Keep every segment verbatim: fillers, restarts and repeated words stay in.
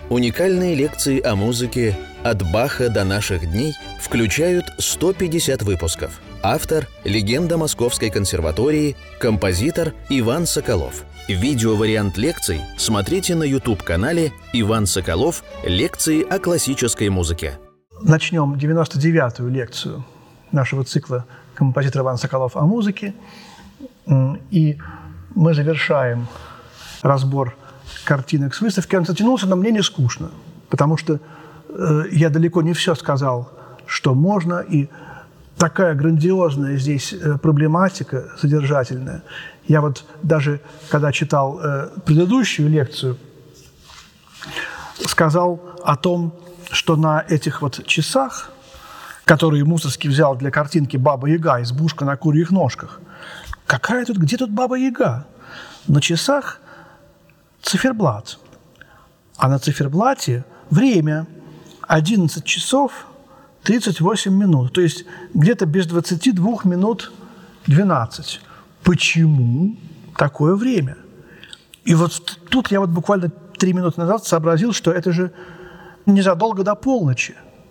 Уникальные лекции о музыке «От Баха до наших дней» включают сто пятьдесят выпусков. Автор – легенда Московской консерватории, композитор Иван Соколов. Видеовариант лекций смотрите на YouTube-канале «Иван Соколов. Лекции о классической музыке». Начнем девяносто девятую лекцию нашего цикла «Композитор Иван Соколов о музыке». И мы завершаем разбор картинок с выставки. Он затянулся, но мне не скучно, потому что э, я далеко не все сказал, что можно, и такая грандиозная здесь э, проблематика содержательная. Я вот даже, когда читал э, предыдущую лекцию, сказал о том, что на этих вот часах, которые Мусорский взял для картинки «Баба-Яга» избушка на курьих ножках, какая тут, где тут Баба-Яга? На часах циферблат. А на циферблате время одиннадцать часов тридцать восемь минут. То есть где-то без двадцати двух минут двенадцать. Почему такое время? И вот тут я вот буквально три минуты назад сообразил, что это же незадолго до полночи.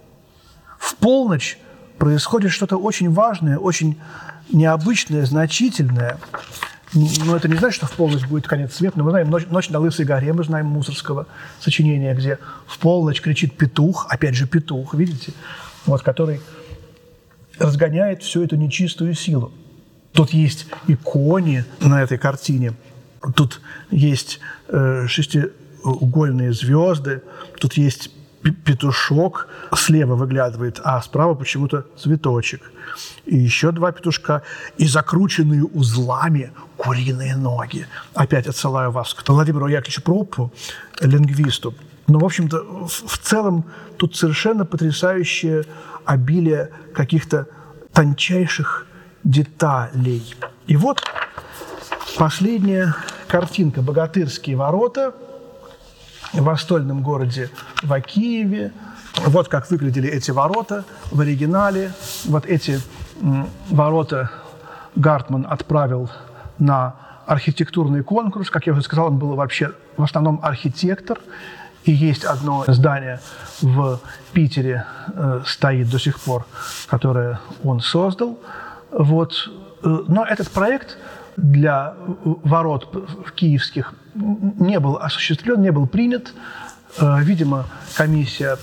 В полночь происходит что-то очень важное, очень необычное, значительное. Но это не значит, что в полночь будет конец света. Но мы знаем «Ночь, ночь на Лысой горе», мы знаем Мусорского сочинения, где в полночь кричит петух, опять же петух, видите, вот, который разгоняет всю эту нечистую силу. Тут есть и кони на этой картине, тут есть э, шестиугольные звезды, тут есть петушок, слева выглядывает, а справа почему-то цветочек. И еще два петушка, и закрученные узлами куриные ноги. Опять отсылаю вас к Владимиру Яковлевичу Проппу, лингвисту. Но, в общем-то, в целом тут совершенно потрясающее обилие каких-то тончайших деталей. И вот последняя картинка «Богатырские ворота» в востольном городе Вакиеве. Вот как выглядели эти ворота в оригинале. Вот эти м, ворота Гартман отправил на архитектурный конкурс. Как я уже сказал, он был вообще в основном архитектор. И есть одно здание в Питере, э, стоит до сих пор, которое он создал. Вот. Но этот проект для ворот киевских не был осуществлен, не был принят. Видимо, комиссия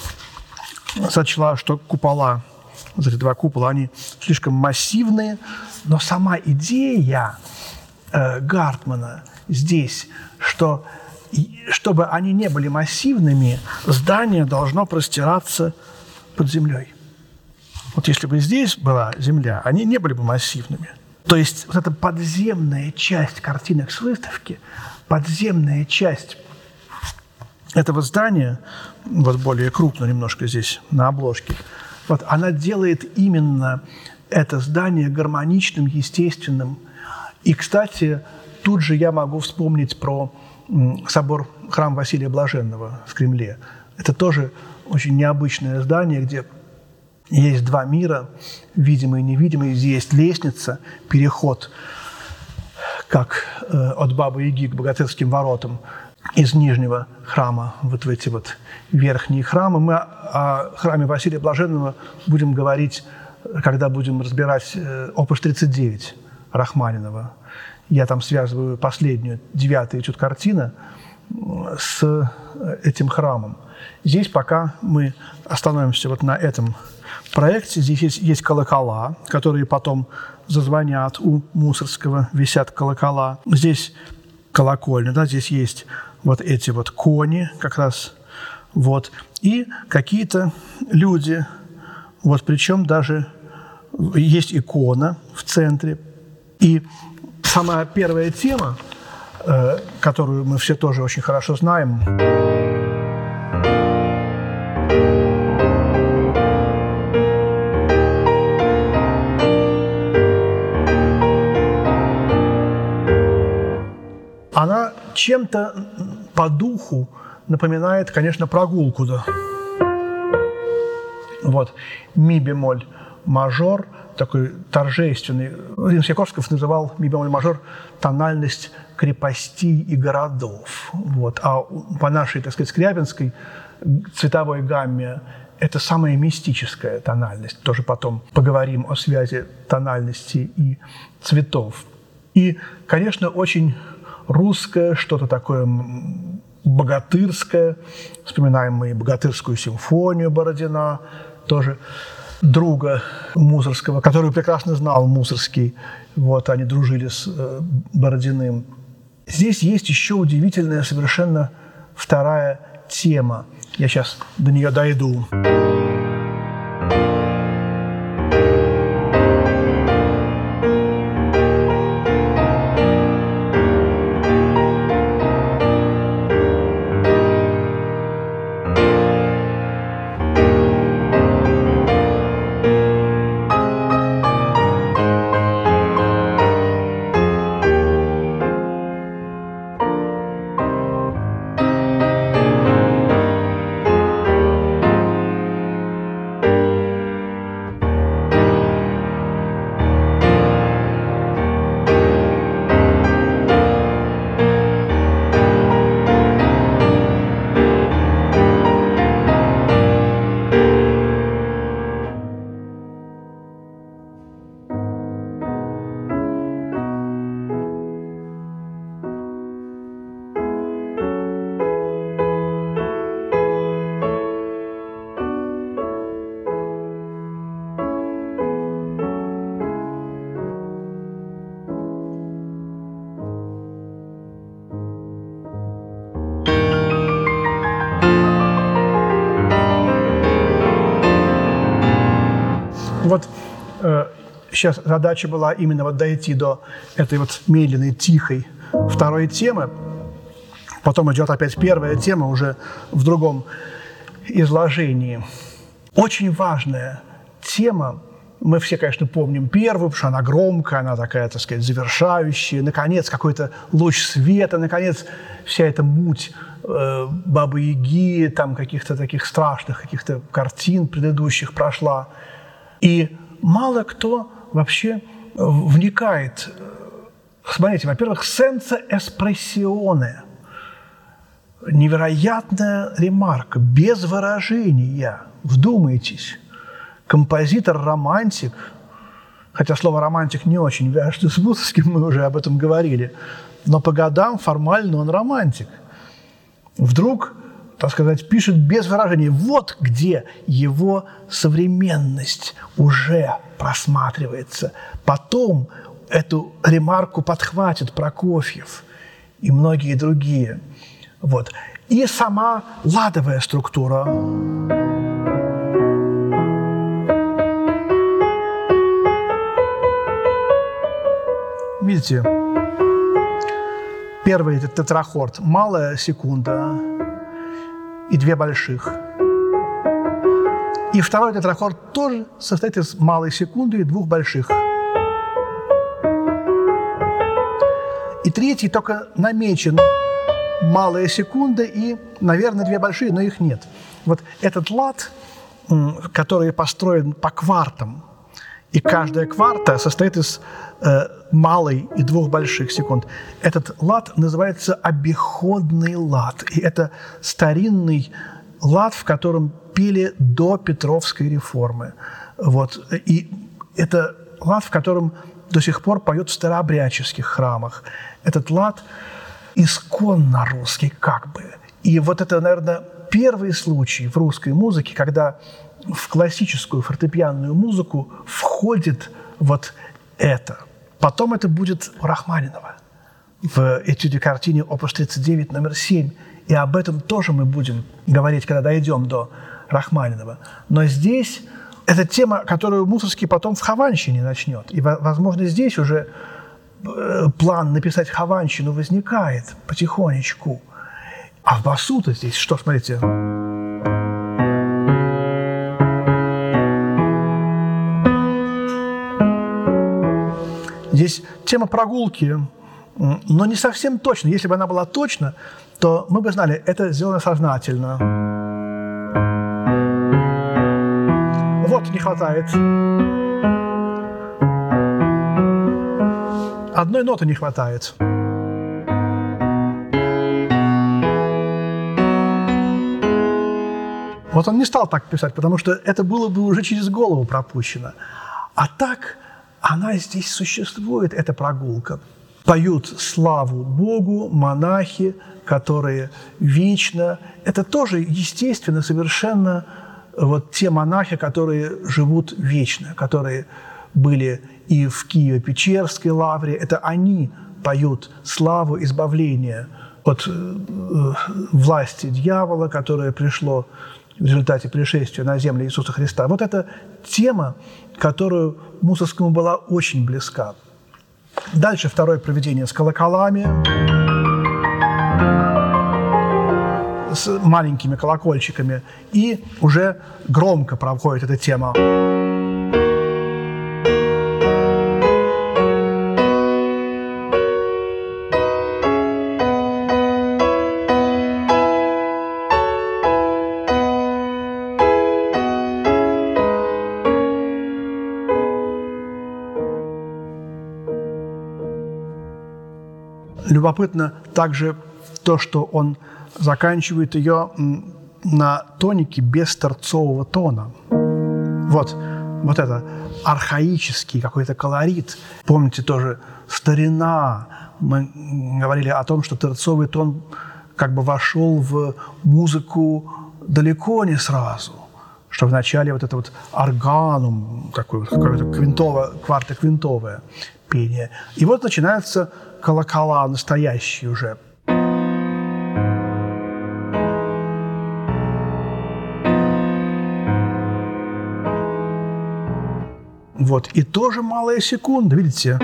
сочла, что купола, вот эти два купола, они слишком массивные. Но сама идея э, Гартмана здесь, что чтобы они не были массивными, здание должно простираться под землей. Вот если бы здесь была земля, они не были бы массивными. То есть вот эта подземная часть картинок с выставки, подземная часть этого здания, вот более крупно немножко здесь на обложке, вот она делает именно это здание гармоничным, естественным. И, кстати, тут же я могу вспомнить про собор, храм Василия Блаженного в Кремле. Это тоже очень необычное здание, где есть два мира, видимый и невидимый. Здесь есть лестница, переход, как э, от Бабы-Яги к Богатырским воротам из нижнего храма вот в эти вот верхние храмы. Мы о, о храме Василия Блаженного будем говорить, когда будем разбирать э, опус тридцать девять Рахманинова. Я там связываю последнюю, девятую этюд картина с этим храмом. Здесь пока мы остановимся вот на этом проекте. Здесь есть, есть колокола, которые потом зазвонят у Мусорского, висят колокола. Здесь колокольня, да, здесь есть вот эти вот кони как раз, вот, и какие-то люди, вот, причем даже есть икона в центре. И самая первая тема, э, которую мы все тоже очень хорошо знаем, она чем-то по духу напоминает, конечно, прогулку. Да. Вот. Ми-бемоль мажор, такой торжественный. Римский-Корсаков называл ми-бемоль мажор тональность крепостей и городов. Вот. А по нашей, так сказать, скрябинской цветовой гамме это самая мистическая тональность. Тоже потом поговорим о связи тональности и цветов. И, конечно, очень русское, что-то такое богатырское. Вспоминаем мы богатырскую симфонию Бородина, тоже друга Мусорского, который прекрасно знал Мусорский. Вот, они дружили с э, Бородиным. Здесь есть еще удивительная совершенно вторая тема. Я сейчас до нее дойду. Вот э, сейчас задача была именно вот дойти до этой вот медленной, тихой второй темы. Потом идет опять первая тема уже в другом изложении. Очень важная тема. Мы все, конечно, помним первую, потому что она громкая, она такая, так сказать, завершающая. Наконец, какой-то луч света, наконец, вся эта муть э, Бабы-Яги, там каких-то таких страшных каких-то картин предыдущих прошла. И мало кто вообще вникает. Смотрите, во-первых, «сенса эспрессионе» – невероятная ремарка, без выражения. Вдумайтесь. Композитор-романтик, хотя слово «романтик» не очень вяжется с Мусорским, мы уже об этом говорили, но по годам формально он романтик. Вдруг, так сказать, пишет без выражения. Вот где его современность уже просматривается. Потом эту ремарку подхватит Прокофьев и многие другие. Вот. И сама ладовая структура. Видите, первый тетрахорд – малая секунда и две больших. И второй тетрахорд тоже состоит из малой секунды и двух больших. И третий только намечен малая секунда и, наверное, две большие, но их нет. Вот этот лад, который построен по квартам, и каждая кварта состоит из э, малой и двух больших секунд. Этот лад называется обиходный лад. И это старинный лад, в котором пели до Петровской реформы. Вот. И это лад, в котором до сих пор поют в старообрядческих храмах. Этот лад исконно русский как бы. И вот это, наверное, первый случай в русской музыке, когда в классическую фортепианную музыку входит вот это. Потом это будет у Рахманинова в этюде-картине опус тридцать девять номер семь. И об этом тоже мы будем говорить, когда дойдем до Рахманинова. Но здесь это тема, которую Мусорский потом в Хованщине начнет. И, возможно, здесь уже план написать Хованщину возникает потихонечку. А в басу-то здесь что, смотрите... Здесь тема прогулки, но не совсем точно. Если бы она была точна, то мы бы знали, это сделано сознательно. Вот не хватает. Одной ноты не хватает. Вот он не стал так писать, потому что это было бы уже через голову пропущено. А так она здесь существует, эта прогулка. Поют славу Богу монахи, которые вечно. Это тоже, естественно, совершенно вот те монахи, которые живут вечно, которые были и в Киево-Печерской лавре. Это они поют славу избавления от э, власти дьявола, которое пришло в результате пришествия на землю Иисуса Христа. Вот эта тема, которую Мусоргскому была очень близка. Дальше второе провидение с колоколами, с маленькими колокольчиками, и уже громко проходит эта тема. Любопытно также то, что он заканчивает ее на тонике без торцового тона. Вот, вот это архаический какой-то колорит. Помните тоже старина. Мы говорили о том, что торцовый тон как бы вошел в музыку далеко не сразу. Что вначале вот это вот органум, такое какое-то квинтовое, квартоквинтовое пение. И вот начинаются колокола настоящие уже. Вот. И тоже малая секунда, видите?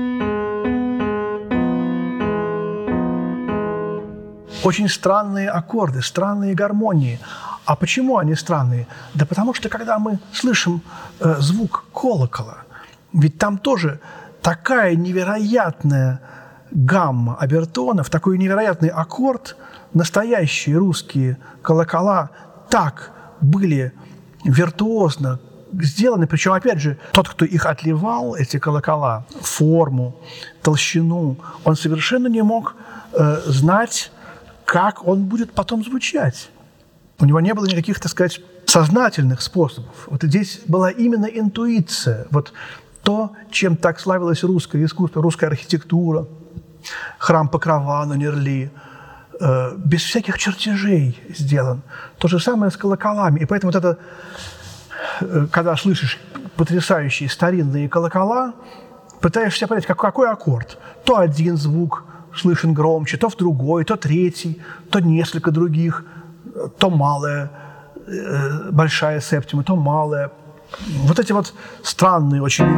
Очень странные аккорды, странные гармонии. А почему они странные? Да потому что, когда мы слышим э, звук колокола, ведь там тоже такая невероятная гамма обертонов, такой невероятный аккорд, настоящие русские колокола так были виртуозно сделаны. Причем, опять же, тот, кто их отливал, эти колокола, форму, толщину, он совершенно не мог э, знать, как он будет потом звучать. У него не было никаких, так сказать, сознательных способов. Вот здесь была именно интуиция. Вот то, чем так славилось русское искусство, русская архитектура, храм Покрова на Нерли, э, без всяких чертежей сделан. То же самое с колоколами. И поэтому вот это, э, когда слышишь потрясающие старинные колокола, пытаешься понять, как, какой аккорд. То один звук слышен громче, то в другой, то третий, то несколько других, то малая, э, большая септима, то малая. Вот эти вот странные очень...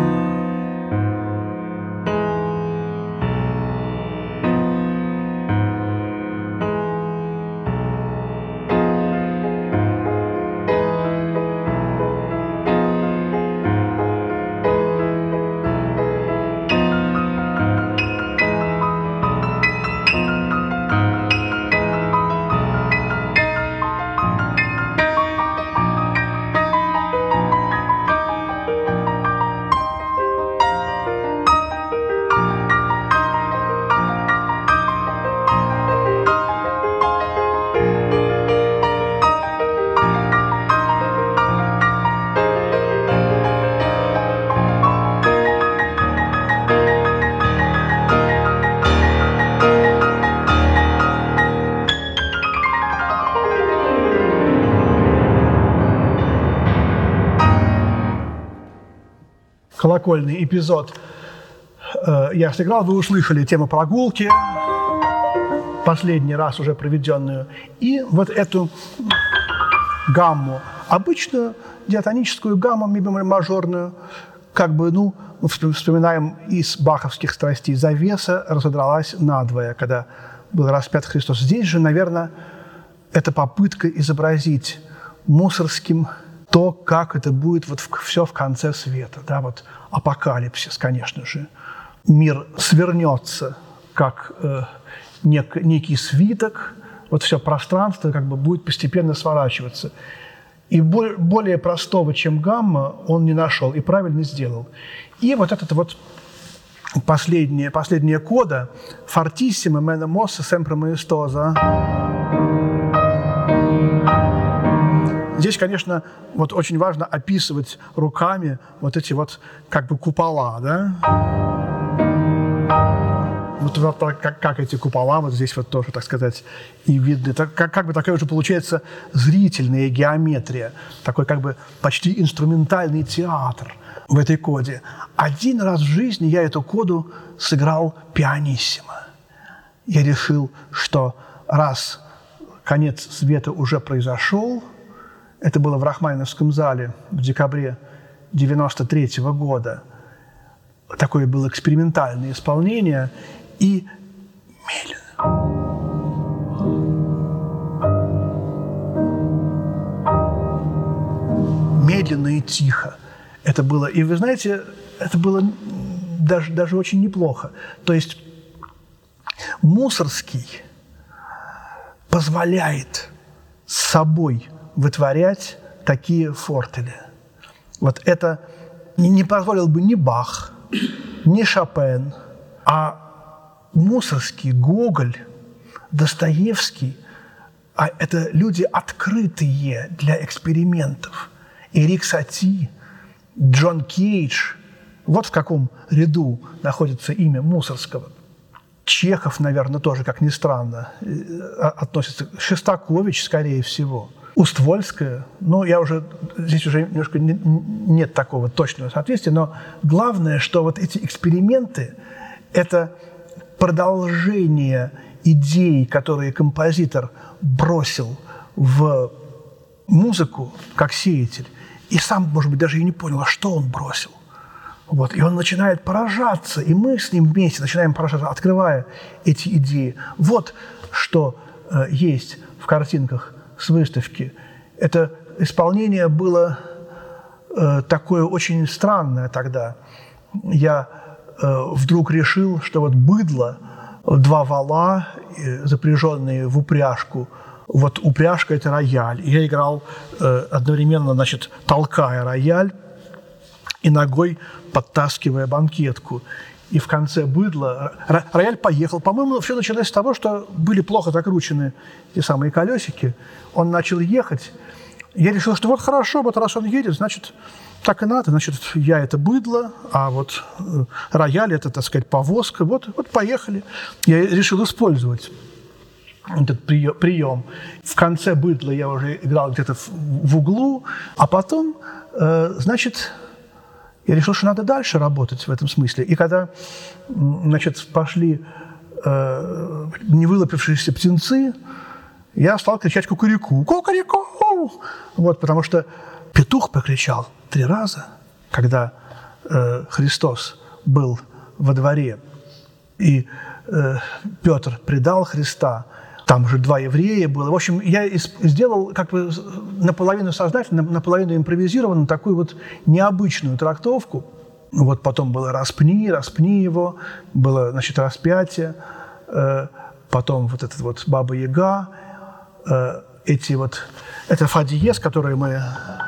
колокольный эпизод э, я сыграл. Вы услышали тему прогулки, последний раз уже проведенную, и вот эту гамму, обычную диатоническую гамму ми-бемоль-мажорную, как бы, ну, мы вспоминаем из баховских страстей, завеса разодралась надвое, когда был распят Христос. Здесь же, наверное, это попытка изобразить Мусоргским то, как это будет вот все в конце света, да, вот апокалипсис, конечно же. Мир свернется, как э, нек, некий свиток, вот все пространство как бы будет постепенно сворачиваться. И бо- более простого, чем гамма, он не нашел и правильно сделал. И вот этот вот последняя, последняя кода «Fortissimo mena mossa sempre maestosa». Здесь, конечно, вот очень важно описывать руками вот эти вот как бы купола, да? Вот, вот как, как эти купола, вот здесь вот тоже, так сказать, и видны. Так, как, как бы такая уже получается зрительная геометрия, такой как бы почти инструментальный театр в этой коде. Один раз в жизни я эту коду сыграл пианиссимо. Я решил, что раз конец света уже произошел, это было в Рахманиновском зале в декабре девяносто третьего года, такое было экспериментальное исполнение, и медленно, медленно и тихо. Это было, и вы знаете, это было даже, даже очень неплохо. То есть Мусоргский позволяет с собой вытворять такие фортели. Вот это не позволил бы ни Бах, ни Шопен, а Мусоргский, Гоголь, Достоевский – а это люди открытые для экспериментов. Эрик Сати, Джон Кейдж – вот в каком ряду находится имя Мусоргского. Чехов, наверное, тоже, как ни странно, относится. Шостакович, скорее всего. Уствольская. Ну, я уже... Здесь уже немножко не, нет такого точного соответствия, но главное, что вот эти эксперименты – это продолжение идей, которые композитор бросил в музыку, как сеятель, и сам, может быть, даже и не понял, а что он бросил. Вот. И он начинает поражаться, и мы с ним вместе начинаем поражаться, открывая эти идеи. Вот что э, есть в картинках с выставки. Это исполнение было э, такое очень странное тогда. Я э, вдруг решил, что вот быдло, два вала, э, запряженные в упряжку, вот упряжка – это рояль. И я играл э, одновременно, значит, толкая рояль и ногой подтаскивая банкетку. И в конце быдла рояль поехал. По-моему, все началось с того, что были плохо закручены те самые колесики. Он начал ехать. Я решил, что вот хорошо, вот раз он едет, значит, так и надо. Значит, я – это быдло, а вот рояль – это, так сказать, повозка. Вот, вот поехали. Я решил использовать этот прием. В конце быдла я уже играл где-то в, в углу, а потом, э, значит, я решил, что надо дальше работать в этом смысле. И когда, значит, пошли э, невылупившиеся птенцы, я стал кричать кукареку. Кукареку! Вот, потому что петух прокричал три раза, когда э, Христос был во дворе, и э, Петр предал Христа. Там же два еврея было. В общем, я сделал как бы наполовину сознательно, наполовину импровизированно такую вот необычную трактовку. Вот потом было «распни», «распни его», было, значит, распятие, э, потом вот этот вот «Баба-Яга», э, эти вот... Это фа диез, которые мы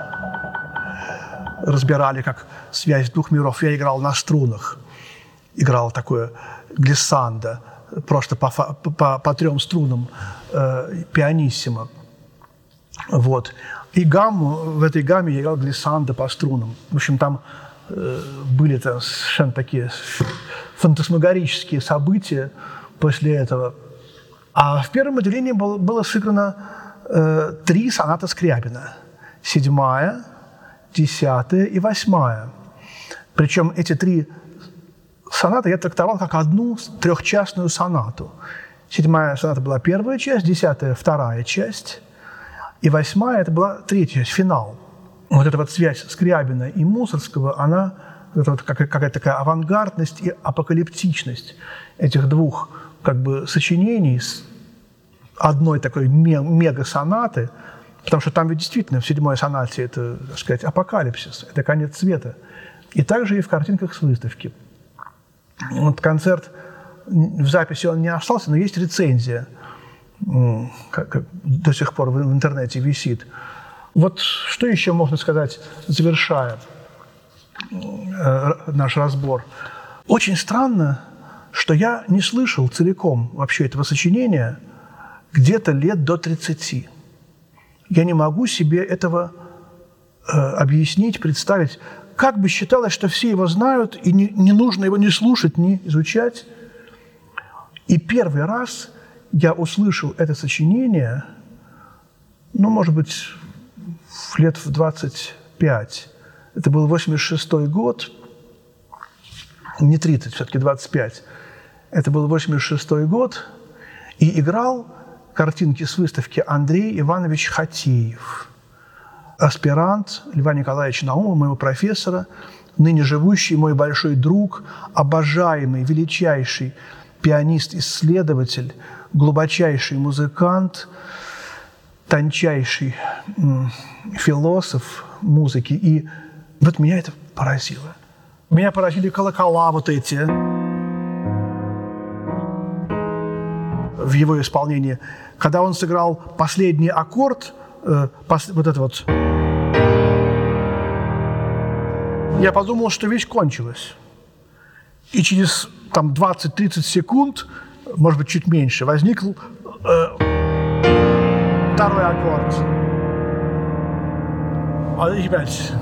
разбирали как связь двух миров. Я играл на струнах, играл такое глиссандо, просто по, по, по трем струнам э, пианиссимо. Вот. И гамму, в этой гамме я играл глиссандо по струнам. В общем, там э, были там совершенно такие фантасмагорические события после этого. А в первом отделении было, было сыграно э, три соната Скрябина. Седьмая, десятая и восьмая. Причем эти три сонаты я трактовал как одну трехчастную сонату. Седьмая соната была первая часть, десятая – вторая часть, и восьмая – это была третья часть, финал. Вот эта вот связь Скрябина и Мусоргского, она, это вот какая-то такая авангардность и апокалиптичность этих двух как бы сочинений с одной такой мега-сонаты, потому что там ведь действительно в седьмой сонате это, так сказать, апокалипсис, это конец света. И также и в картинках с выставки. Вот концерт, в записи он не остался, но есть рецензия, как до сих пор в интернете висит. Вот что еще можно сказать, завершая наш разбор. Очень странно, что я не слышал целиком вообще этого сочинения где-то лет до тридцати. Я не могу себе этого э, объяснить, представить. Как бы считалось, что все его знают, и не, не нужно его ни слушать, ни изучать. И первый раз я услышал это сочинение, ну, может быть, лет в двадцать пять. Это был восемьдесят шестой год, не тридцать, все-таки двадцать пять. Это был восемьдесят шестой год, и играл картинки с выставки Андрей Иванович Хатеев, аспирант Льва Николаевича Наумова, моего профессора, ныне живущий мой большой друг, обожаемый, величайший пианист-исследователь, глубочайший музыкант, тончайший м, философ музыки. И вот меня это поразило. Меня поразили колокола вот эти в его исполнении. Когда он сыграл последний аккорд, э, пос, вот это вот, я подумал, что вещь кончилась. И через там двадцать-тридцать секунд, может быть, чуть меньше, возник э, второй аккорд. А опять.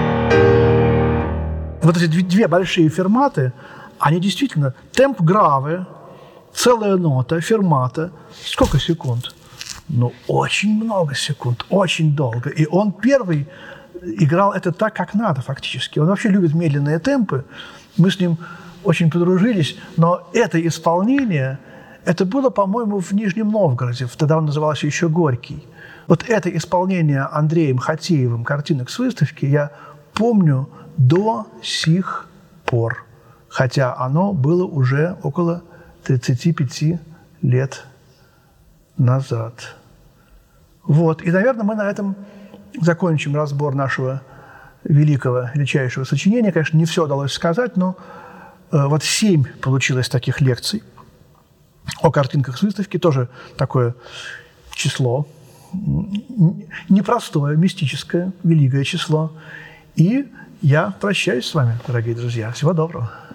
Вот эти две большие ферматы, они действительно темп граве, целая нота, фермата. Сколько секунд? Ну, очень много секунд, очень долго. И он первый играл это так, как надо фактически. Он вообще любит медленные темпы. Мы с ним очень подружились. Но это исполнение, это было, по-моему, в Нижнем Новгороде. Тогда он назывался еще Горький. Вот это исполнение Андреем Хатеевым картинок с выставки я помню до сих пор. Хотя оно было уже около тридцати пяти лет назад. Вот. И, наверное, мы на этом закончим разбор нашего великого, величайшего сочинения. Конечно, не все удалось сказать, но э, вот семь получилось таких лекций о картинках с выставки. Тоже такое число непростое, мистическое, великое число. И я прощаюсь с вами, дорогие друзья. Всего доброго.